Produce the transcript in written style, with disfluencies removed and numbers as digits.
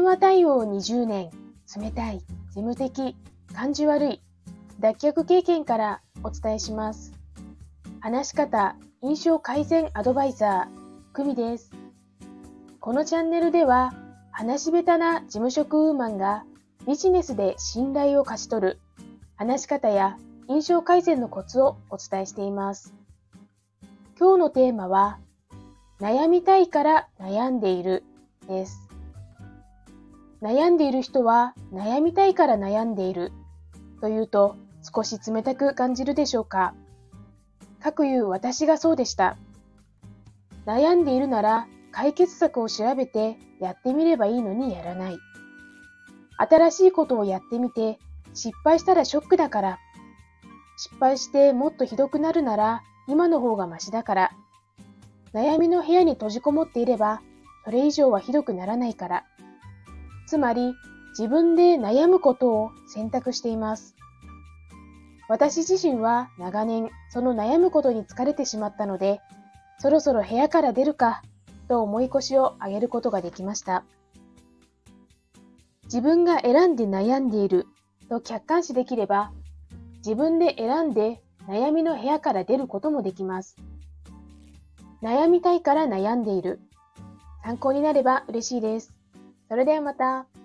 話対応20年、冷たい、事務的、感じ悪い、脱却経験からお伝えします。話し方、印象改善アドバイザー、久美です。このチャンネルでは、話し下手な事務職ウーマンがビジネスで信頼を勝ち取る話し方や印象改善のコツをお伝えしています。今日のテーマは、悩みたいから悩んでいるです。悩んでいる人は悩みたいから悩んでいるというと少し冷たく感じるでしょうか。かくいう私がそうでした。悩んでいるなら解決策を調べてやってみればいいのにやらない。新しいことをやってみて失敗したらショックだから。失敗してもっとひどくなるなら今の方がマシだから。悩みの部屋に閉じこもっていればそれ以上はひどくならないから。つまり自分で悩むことを選択しています。私自身は長年その悩むことに疲れてしまったので、そろそろ部屋から出るかと重い腰を上げることができました。自分が選んで悩んでいると客観視できれば、自分で選んで悩みの部屋から出ることもできます。悩みたいから悩んでいる。参考になれば嬉しいです。それではまた。